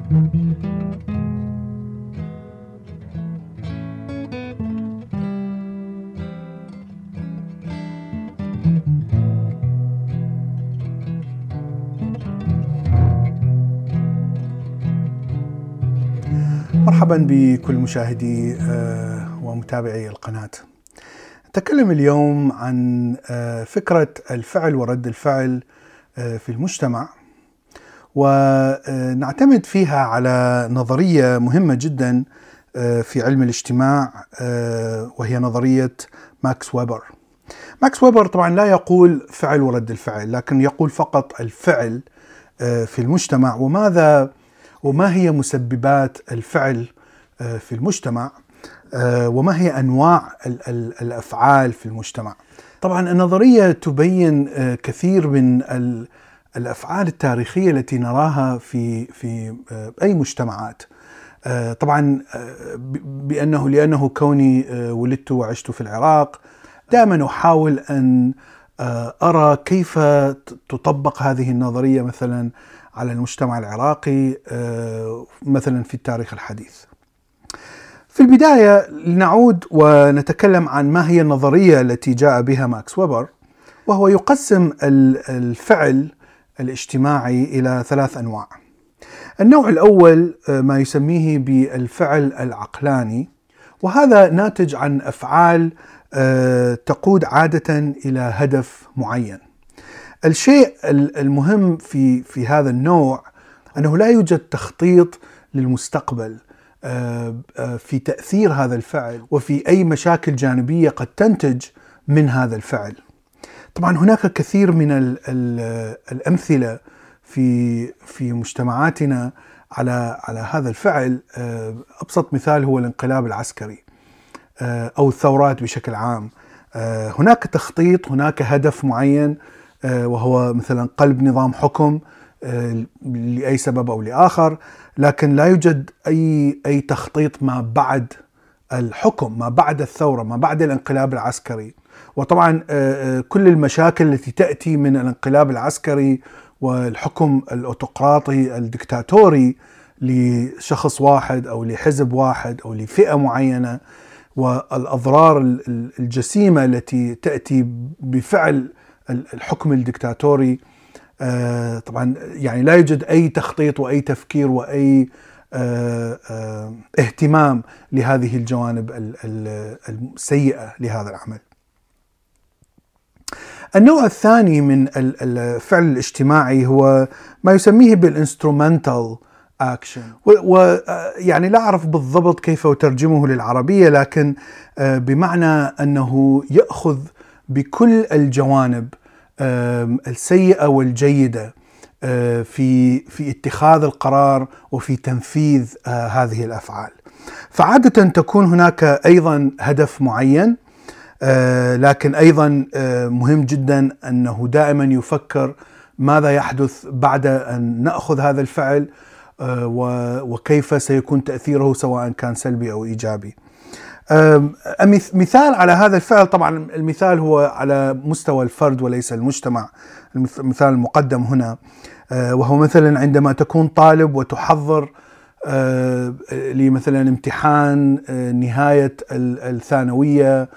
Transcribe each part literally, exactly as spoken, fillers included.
مرحبا بكل مشاهدي ومتابعي القناة. نتكلم اليوم عن فكرة الفعل ورد الفعل في المجتمع، ونعتمد فيها على نظرية مهمة جدا في علم الاجتماع، وهي نظرية ماكس ويبر. ماكس ويبر طبعا لا يقول فعل ورد الفعل، لكن يقول فقط الفعل في المجتمع، وماذا وما هي مسببات الفعل في المجتمع، وما هي أنواع الأفعال في المجتمع. طبعا النظرية تبين كثير من الأفعال التاريخية التي نراها في في أي مجتمعات. طبعا بأنه لأنه كوني ولدت وعشت في العراق، دائما أحاول أن أرى كيف تطبق هذه النظرية مثلا على المجتمع العراقي مثلا في التاريخ الحديث. في البداية لنعود ونتكلم عن ما هي النظرية التي جاء بها ماكس ويبر، وهو يقسم الفعل الاجتماعي إلى ثلاث أنواع. النوع الأول ما يسميه بالفعل العقلاني، وهذا ناتج عن أفعال تقود عادة إلى هدف معين. الشيء المهم في في هذا النوع أنه لا يوجد تخطيط للمستقبل في تأثير هذا الفعل وفي أي مشاكل جانبية قد تنتج من هذا الفعل. طبعا هناك كثير من الأمثلة في في مجتمعاتنا على على هذا الفعل. أبسط مثال هو الانقلاب العسكري أو الثورات بشكل عام. هناك تخطيط، هناك هدف معين، وهو مثلا قلب نظام حكم لأي سبب أو لآخر، لكن لا يوجد أي أي تخطيط ما بعد الحكم، ما بعد الثورة، ما بعد الانقلاب العسكري. وطبعا كل المشاكل التي تأتي من الانقلاب العسكري والحكم الأوتقراطي الدكتاتوري لشخص واحد أو لحزب واحد أو لفئة معينة، والأضرار الجسيمة التي تأتي بفعل الحكم الدكتاتوري، طبعا يعني لا يوجد أي تخطيط وأي تفكير وأي اهتمام لهذه الجوانب السيئة لهذا العمل. النوع الثاني من الفعل الاجتماعي هو ما يسميه بالinstrumental action، ويعني لا أعرف بالضبط كيف أترجمه للعربية، لكن بمعنى أنه يأخذ بكل الجوانب السيئة والجيدة في في اتخاذ القرار وفي تنفيذ هذه الأفعال. فعادة تكون هناك أيضا هدف معين، لكن أيضا مهم جدا أنه دائما يفكر ماذا يحدث بعد أن نأخذ هذا الفعل، وكيف سيكون تأثيره سواء كان سلبي أو إيجابي. مثال على هذا الفعل، طبعا المثال هو على مستوى الفرد وليس المجتمع، المثال المقدم هنا، وهو مثلا عندما تكون طالب وتحضر لمثلا امتحان نهاية الثانوية،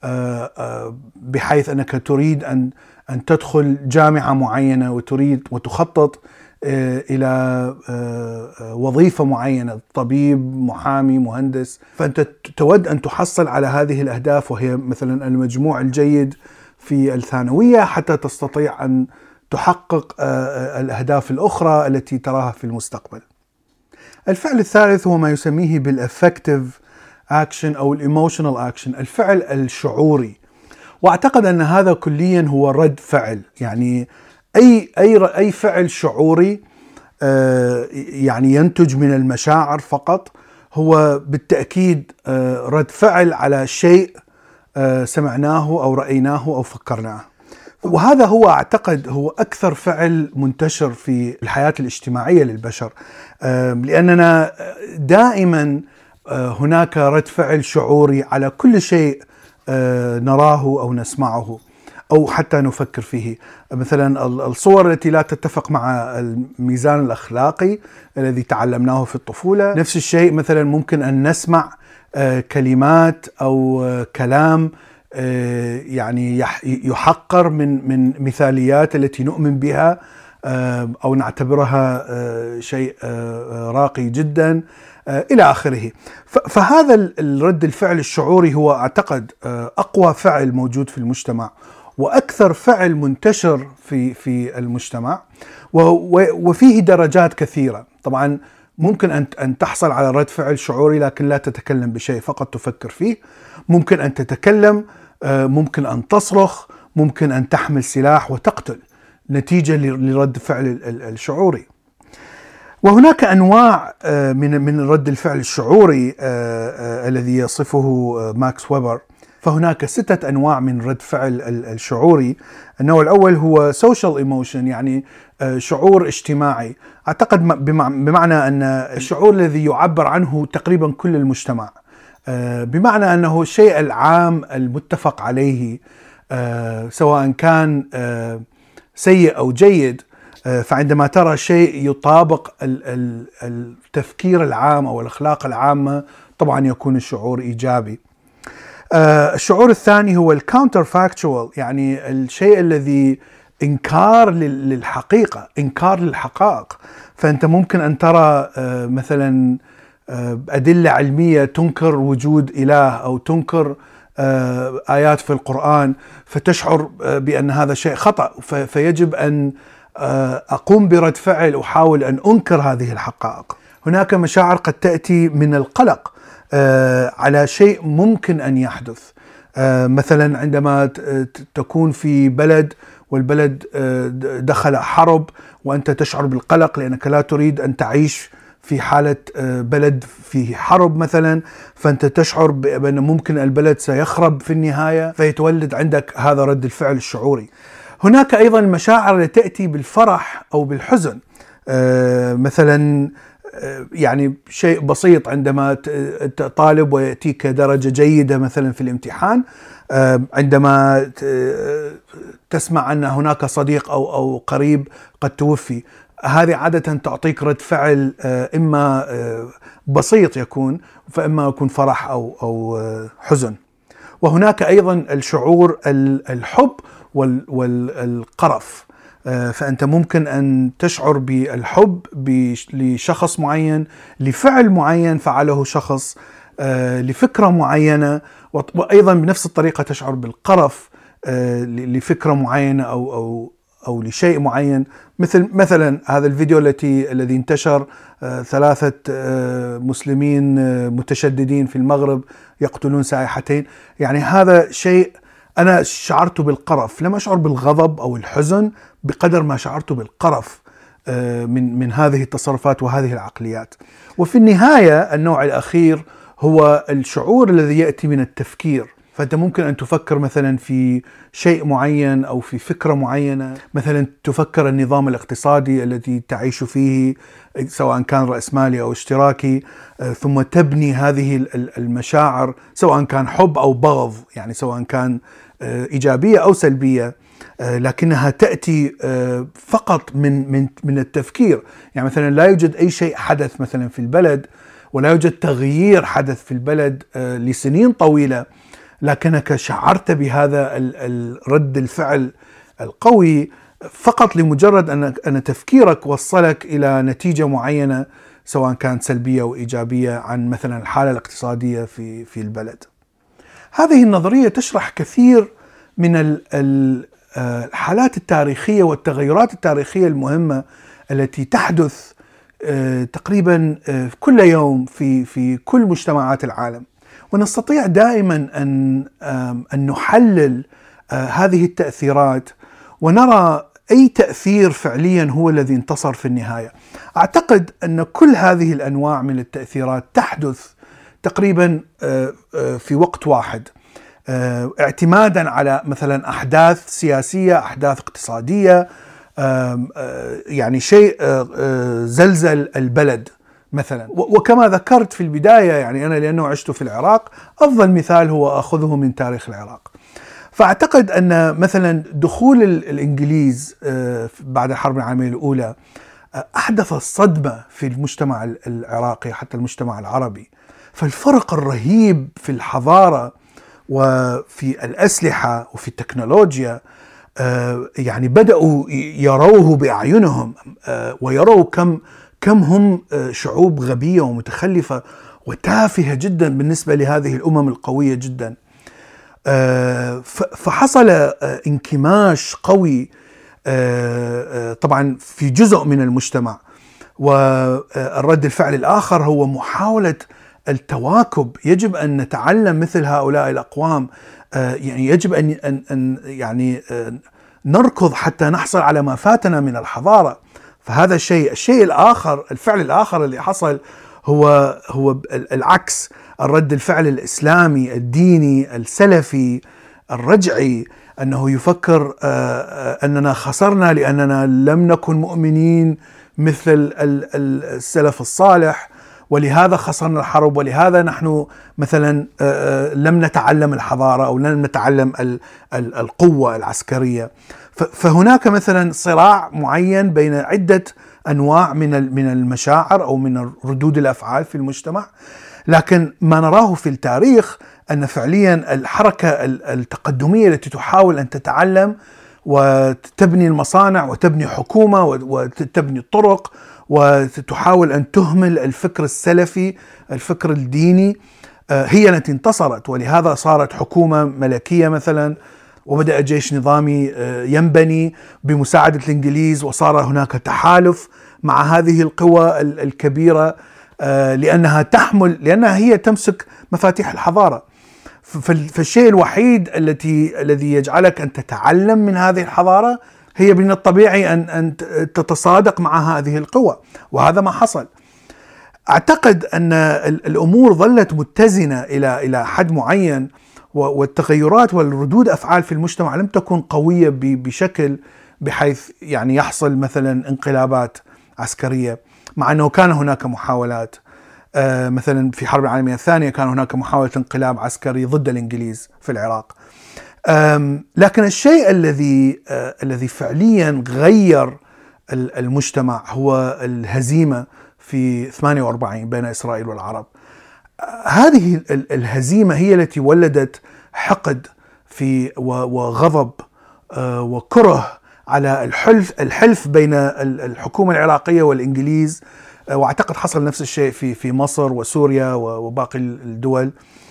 بحيث أنك تريد أن أن تدخل جامعة معينة وتريد وتخطط إلى وظيفة معينة، طبيب، محامي، مهندس، فأنت تود أن تحصل على هذه الأهداف، وهي مثلا المجموع الجيد في الثانوية حتى تستطيع أن تحقق الأهداف الأخرى التي تراها في المستقبل. الفعل الثالث هو ما يسميه بالأفكتيف أكشن أو الإيموشنال أكشن، الفعل الشعوري. وأعتقد أن هذا كليا هو رد فعل، يعني أي أي أي فعل شعوري يعني ينتج من المشاعر فقط، هو بالتأكيد رد فعل على شيء سمعناه أو رأيناه أو فكرناه. وهذا هو أعتقد هو أكثر فعل منتشر في الحياة الاجتماعية للبشر، لأننا دائما هناك رد فعل شعوري على كل شيء نراه أو نسمعه. أو حتى نفكر فيه. مثلا الصور التي لا تتفق مع الميزان الأخلاقي الذي تعلمناه في الطفولة. نفس الشيء مثلا ممكن أن نسمع كلمات أو كلام يعني يحقر من من مثاليات التي نؤمن بها أو نعتبرها شيء راقي جدا إلى آخره. فهذا الرد الفعل الشعوري هو أعتقد أقوى فعل موجود في المجتمع وأكثر فعل منتشر في في المجتمع، وفيه درجات كثيرة. طبعا ممكن أن أن تحصل على رد فعل شعوري لكن لا تتكلم بشيء، فقط تفكر فيه. ممكن أن تتكلم، ممكن أن تصرخ، ممكن أن تحمل سلاح وتقتل نتيجة لرد فعل الشعوري. وهناك أنواع من من رد الفعل الشعوري الذي يصفه ماكس ويبر. فهناك ستة أنواع من رد فعل الشعوري. النوع الأول هو social emotion، يعني شعور اجتماعي. أعتقد بمعنى أن الشعور الذي يعبر عنه تقريبا كل المجتمع، بمعنى أنه الشيء العام المتفق عليه سواء كان سيء أو جيد. فعندما ترى شيء يطابق التفكير العام أو الأخلاق العامة طبعا يكون الشعور إيجابي. الشعور الثاني هو الكاونتر فاكتشوال، يعني الشيء الذي إنكار للحقيقة، إنكار للحقائق. فأنت ممكن أن ترى مثلا أدلة علمية تنكر وجود إله أو تنكر آيات في القرآن، فتشعر بأن هذا شيء خطأ، فيجب أن أقوم برد فعل أحاول أن أنكر هذه الحقائق. هناك مشاعر قد تأتي من القلق على شيء ممكن أن يحدث. مثلا عندما تكون في بلد والبلد دخل حرب وأنت تشعر بالقلق لأنك لا تريد أن تعيش في حالة بلد فيه حرب مثلا، فأنت تشعر بأن ممكن البلد سيخرب في النهاية، فيتولد عندك هذا رد الفعل الشعوري. هناك أيضا مشاعر التي تأتي بالفرح أو بالحزن. مثلا يعني شيء بسيط، عندما طالب ويأتيك درجة جيدة مثلا في الامتحان، عندما تسمع أن هناك صديق أو أو قريب قد توفي، هذه عادة تعطيك رد فعل إما بسيط يكون، فإما يكون فرح أو أو حزن. وهناك أيضا الشعور الحب والقرف. فأنت ممكن أن تشعر بالحب لشخص معين، لفعل معين فعله شخص، لفكرة معينة، وأيضا بنفس الطريقة تشعر بالقرف لفكرة معينة أو أو أو لشيء معين. مثل مثلا هذا الفيديو التي الذي انتشر، ثلاثة مسلمين متشددين في المغرب يقتلون سائحتين. يعني هذا شيء أنا شعرت بالقرف، لم أشعر بالغضب أو الحزن بقدر ما شعرت بالقرف من من هذه التصرفات وهذه العقليات. وفي النهاية النوع الأخير هو الشعور الذي يأتي من التفكير. فأنت ممكن أن تفكر مثلا في شيء معين أو في فكرة معينة، مثلا تفكر النظام الاقتصادي الذي تعيش فيه سواء كان رأسمالي أو اشتراكي، ثم تبني هذه المشاعر سواء كان حب أو بغض، يعني سواء كان إيجابية أو سلبية، لكنها تأتي فقط من من من التفكير. يعني مثلا لا يوجد أي شيء حدث مثلا في البلد، ولا يوجد تغيير حدث في البلد لسنين طويلة، لكنك شعرت بهذا الرد الفعل القوي فقط لمجرد أن أن تفكيرك وصلك إلى نتيجة معينة سواء كانت سلبية أو إيجابية عن مثلا الحالة الاقتصادية في في البلد. هذه النظرية تشرح كثير من الحالات التاريخية والتغيرات التاريخية المهمة التي تحدث تقريبا كل يوم في في كل مجتمعات العالم. ونستطيع دائما أن أن نحلل هذه التأثيرات ونرى أي تأثير فعليا هو الذي انتصر في النهاية. أعتقد أن كل هذه الأنواع من التأثيرات تحدث تقريبا في وقت واحد، اعتمادا على مثلا أحداث سياسية، أحداث اقتصادية، يعني شيء زلزل البلد مثلا. وكما ذكرت في البداية، يعني أنا لأنه عشت في العراق، أفضل مثال هو أخذه من تاريخ العراق. فأعتقد أن مثلا دخول الإنجليز بعد الحرب العالمية الأولى أحدث صدمة في المجتمع العراقي حتى المجتمع العربي. فالفرق الرهيب في الحضارة وفي الأسلحة وفي التكنولوجيا يعني بدأوا يروه بأعينهم، ويروا كم كم هم شعوب غبية ومتخلفة وتافهة جدا بالنسبة لهذه الأمم القوية جدا. فحصل انكماش قوي طبعا في جزء من المجتمع. والرد الفعل الآخر هو محاولة التواكب. يجب أن نتعلم مثل هؤلاء الأقوام، يعني يجب أن أن يعني نركض حتى نحصل على ما فاتنا من الحضارة. فهذا الشيء. الشيء الآخر، الفعل الآخر اللي حصل هو هو العكس، الرد الفعل الإسلامي الديني السلفي الرجعي، أنه يفكر أننا خسرنا لأننا لم نكن مؤمنين مثل السلف الصالح، ولهذا خسرنا الحرب، ولهذا نحن مثلا لم نتعلم الحضارة أو لم نتعلم القوة العسكرية. فهناك مثلا صراع معين بين عدة أنواع من من المشاعر أو من ردود الأفعال في المجتمع. لكن ما نراه في التاريخ أن فعليا الحركة التقدمية التي تحاول أن تتعلم وتبني المصانع وتبني حكومة وتبني الطرق وتحاول أن تهمل الفكر السلفي الفكر الديني هي التي انتصرت، ولهذا صارت حكومة ملكية مثلا، وبدأ جيش نظامي ينبني بمساعدة الإنجليز، وصار هناك تحالف مع هذه القوى الكبيرة لأنها تحمل لأنها هي تمسك مفاتيح الحضارة. فالشيء الوحيد التي الذي يجعلك أن تتعلم من هذه الحضارة هي من الطبيعي أن أن تتصادق مع هذه القوى، وهذا ما حصل. أعتقد أن الأمور ظلت متزنة إلى إلى حد معين، والتغيرات والردود أفعال في المجتمع لم تكن قوية بشكل بحيث يعني يحصل مثلا انقلابات عسكرية، مع أنه كان هناك محاولات. مثلا في الحرب العالمية الثانية كان هناك محاولة انقلاب عسكري ضد الإنجليز في العراق. لكن الشيء الذي الذي فعليا غير المجتمع هو الهزيمة في ثمانية وأربعين بين إسرائيل والعرب. هذه الهزيمة هي التي ولدت حقد في وغضب وكره على الحلف الحلف بين الحكومة العراقية والإنجليز، واعتقد حصل نفس الشيء في في مصر وسوريا وباقي الدول.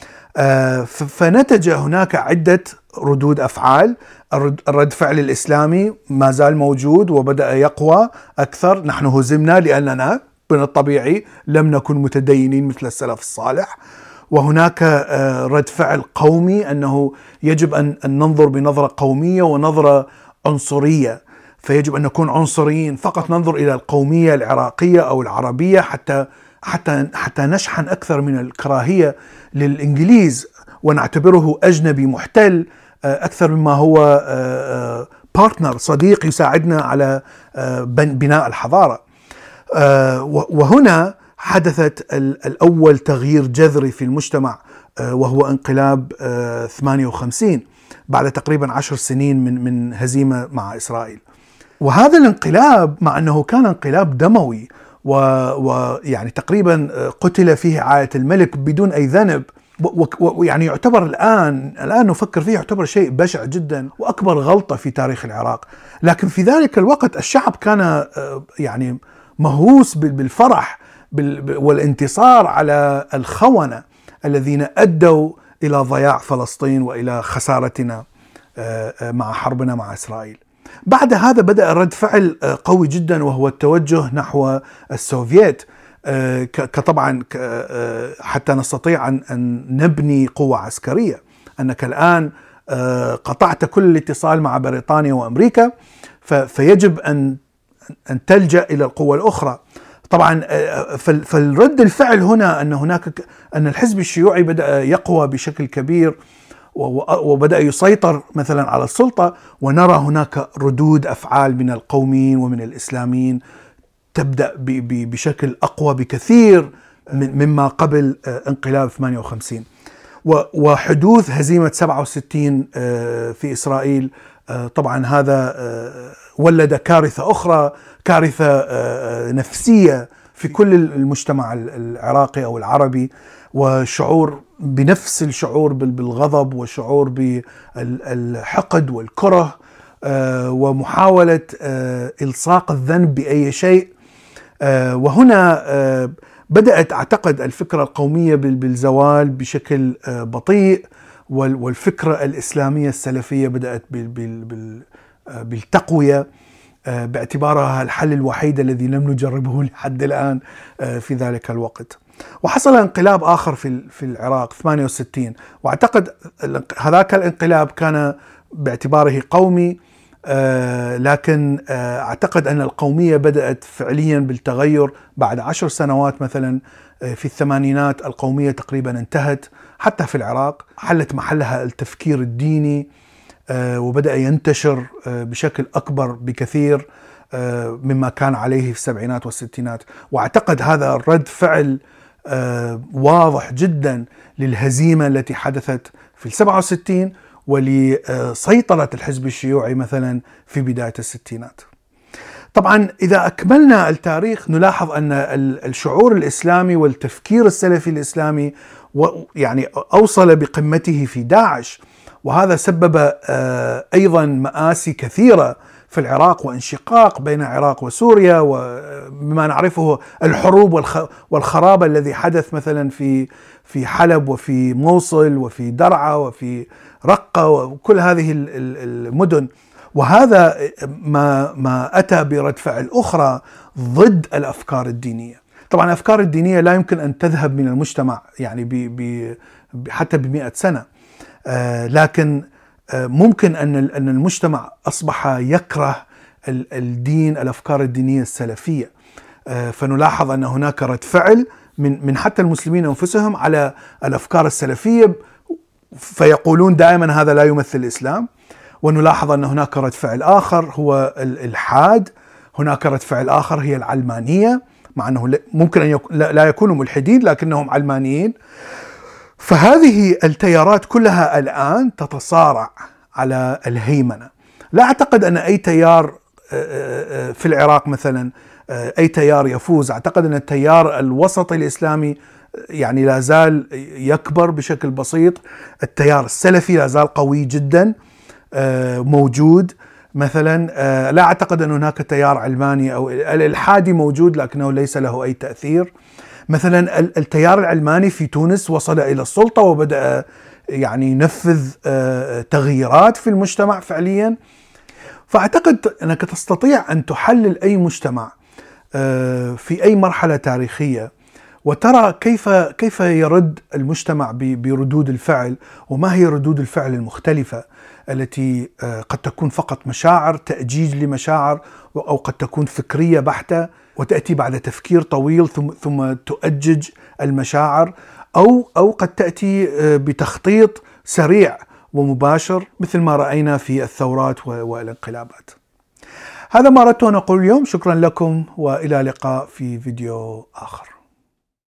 فنتج هناك عدة ردود أفعال. الرد فعل الإسلامي ما زال موجود وبدأ يقوى أكثر. نحن هزمنا لأننا من الطبيعي لم نكن متدينين مثل السلف الصالح. وهناك رد فعل قومي أنه يجب أن ننظر بنظرة قومية ونظرة عنصرية، فيجب أن نكون عنصريين، فقط ننظر إلى القومية العراقية أو العربية حتى حتى حتى نشحن أكثر من الكراهية للإنجليز ونعتبره أجنبي محتل أكثر مما هو بارتنر صديق يساعدنا على بناء الحضارة. وهنا حدثت الأول تغيير جذري في المجتمع، وهو انقلاب ثمانية وخمسين بعد تقريبا عشر سنين من من هزيمة مع إسرائيل. وهذا الانقلاب مع أنه كان انقلاب دموي ويعني تقريبا قتل فيه عائلة الملك بدون أي ذنب، ويعني يعتبر الآن الآن نفكر فيه يعتبر شيء بشع جدا وأكبر غلطة في تاريخ العراق. لكن في ذلك الوقت الشعب كان يعني مهووس بالفرح والانتصار على الخونة الذين أدوا إلى ضياع فلسطين وإلى خسارتنا مع حربنا مع إسرائيل. بعد هذا بدأ رد فعل قوي جدا، وهو التوجه نحو السوفييت كطبعا حتى نستطيع أن نبني قوة عسكرية. أنك الآن قطعت كل الاتصال مع بريطانيا وأمريكا، فيجب أن أن تلجأ إلى القوة الأخرى. طبعا فالرد الفعل هنا أن هناك أن الحزب الشيوعي بدأ يقوى بشكل كبير وبدأ يسيطر مثلا على السلطة، ونرى هناك ردود أفعال من القوميين ومن الإسلاميين تبدأ بشكل أقوى بكثير مما قبل انقلاب ثمانية وخمسين. وحدوث هزيمة سبعة وستين في إسرائيل طبعا هذا ولد كارثة أخرى، كارثة نفسية في كل المجتمع العراقي أو العربي، وشعور بنفس الشعور بالغضب وشعور بالحقد والكره ومحاولة إلصاق الذنب بأي شيء. وهنا بدأت أعتقد الفكرة القومية بالزوال بشكل بطيء، والفكرة الإسلامية السلفية بدأت بالتقوية باعتبارها الحل الوحيد الذي لم نجربه لحد الآن في ذلك الوقت. وحصل انقلاب آخر في في العراق ثمانية وستين، واعتقد هذاك الانقلاب كان باعتباره قومي، لكن اعتقد ان القومية بدأت فعليا بالتغير بعد عشر سنوات. مثلا في الثمانينات القومية تقريبا انتهت حتى في العراق، حلت محلها التفكير الديني وبدأ ينتشر بشكل أكبر بكثير مما كان عليه في السبعينات والستينات. واعتقد هذا رد فعل واضح جدا للهزيمة التي حدثت في السبعة وستين ولسيطرة الحزب الشيوعي مثلا في بداية الستينات. طبعا إذا أكملنا التاريخ نلاحظ أن الشعور الإسلامي والتفكير السلفي الإسلامي يعني أوصل بقمته في داعش، وهذا سبب أيضا مآسي كثيرة في العراق وانشقاق بين العراق وسوريا، وبما نعرفه الحروب والخراب الذي حدث مثلا في في حلب وفي موصل وفي درعا وفي رقة وكل هذه المدن. وهذا ما ما أتى برد فعل أخرى ضد الأفكار الدينية. طبعا الأفكار الدينية لا يمكن أن تذهب من المجتمع يعني ب ب حتى بمئة سنة، آه لكن آه ممكن أن أن المجتمع أصبح يكره الدين، الأفكار الدينية السلفية، آه فنلاحظ أن هناك رد فعل من من حتى المسلمين أنفسهم على الأفكار السلفية، فيقولون دائما هذا لا يمثل الإسلام. ونلاحظ أن هناك رد فعل آخر هو الإلحاد، هناك رد فعل آخر هي العلمانية، مع أنه ممكن أن لا يكونوا ملحدين لكنهم علمانيين. فهذه التيارات كلها الآن تتصارع على الهيمنة. لا أعتقد أن أي تيار في العراق مثلا أي تيار يفوز. أعتقد أن التيار الوسط الإسلامي يعني لا زال يكبر بشكل بسيط، التيار السلفي لا زال قوي جدا موجود مثلا. لا أعتقد أن هناك تيار علماني أو الإلحادي موجود لكنه ليس له أي تأثير. مثلا التيار العلماني في تونس وصل إلى السلطة وبدأ يعني ينفذ تغييرات في المجتمع فعليا. فأعتقد أنك تستطيع أن تحلل أي مجتمع في أي مرحلة تاريخية وترى كيف كيف يرد المجتمع بردود الفعل، وما هي ردود الفعل المختلفة التي قد تكون فقط مشاعر، تأجيج لمشاعر، أو قد تكون فكرية بحتة وتأتي بعد تفكير طويل ثم ثم تؤجج المشاعر، أو أو قد تأتي بتخطيط سريع ومباشر مثل ما رأينا في الثورات والانقلابات. هذا ما أردت أن أقول اليوم. شكرا لكم وإلى اللقاء في فيديو آخر.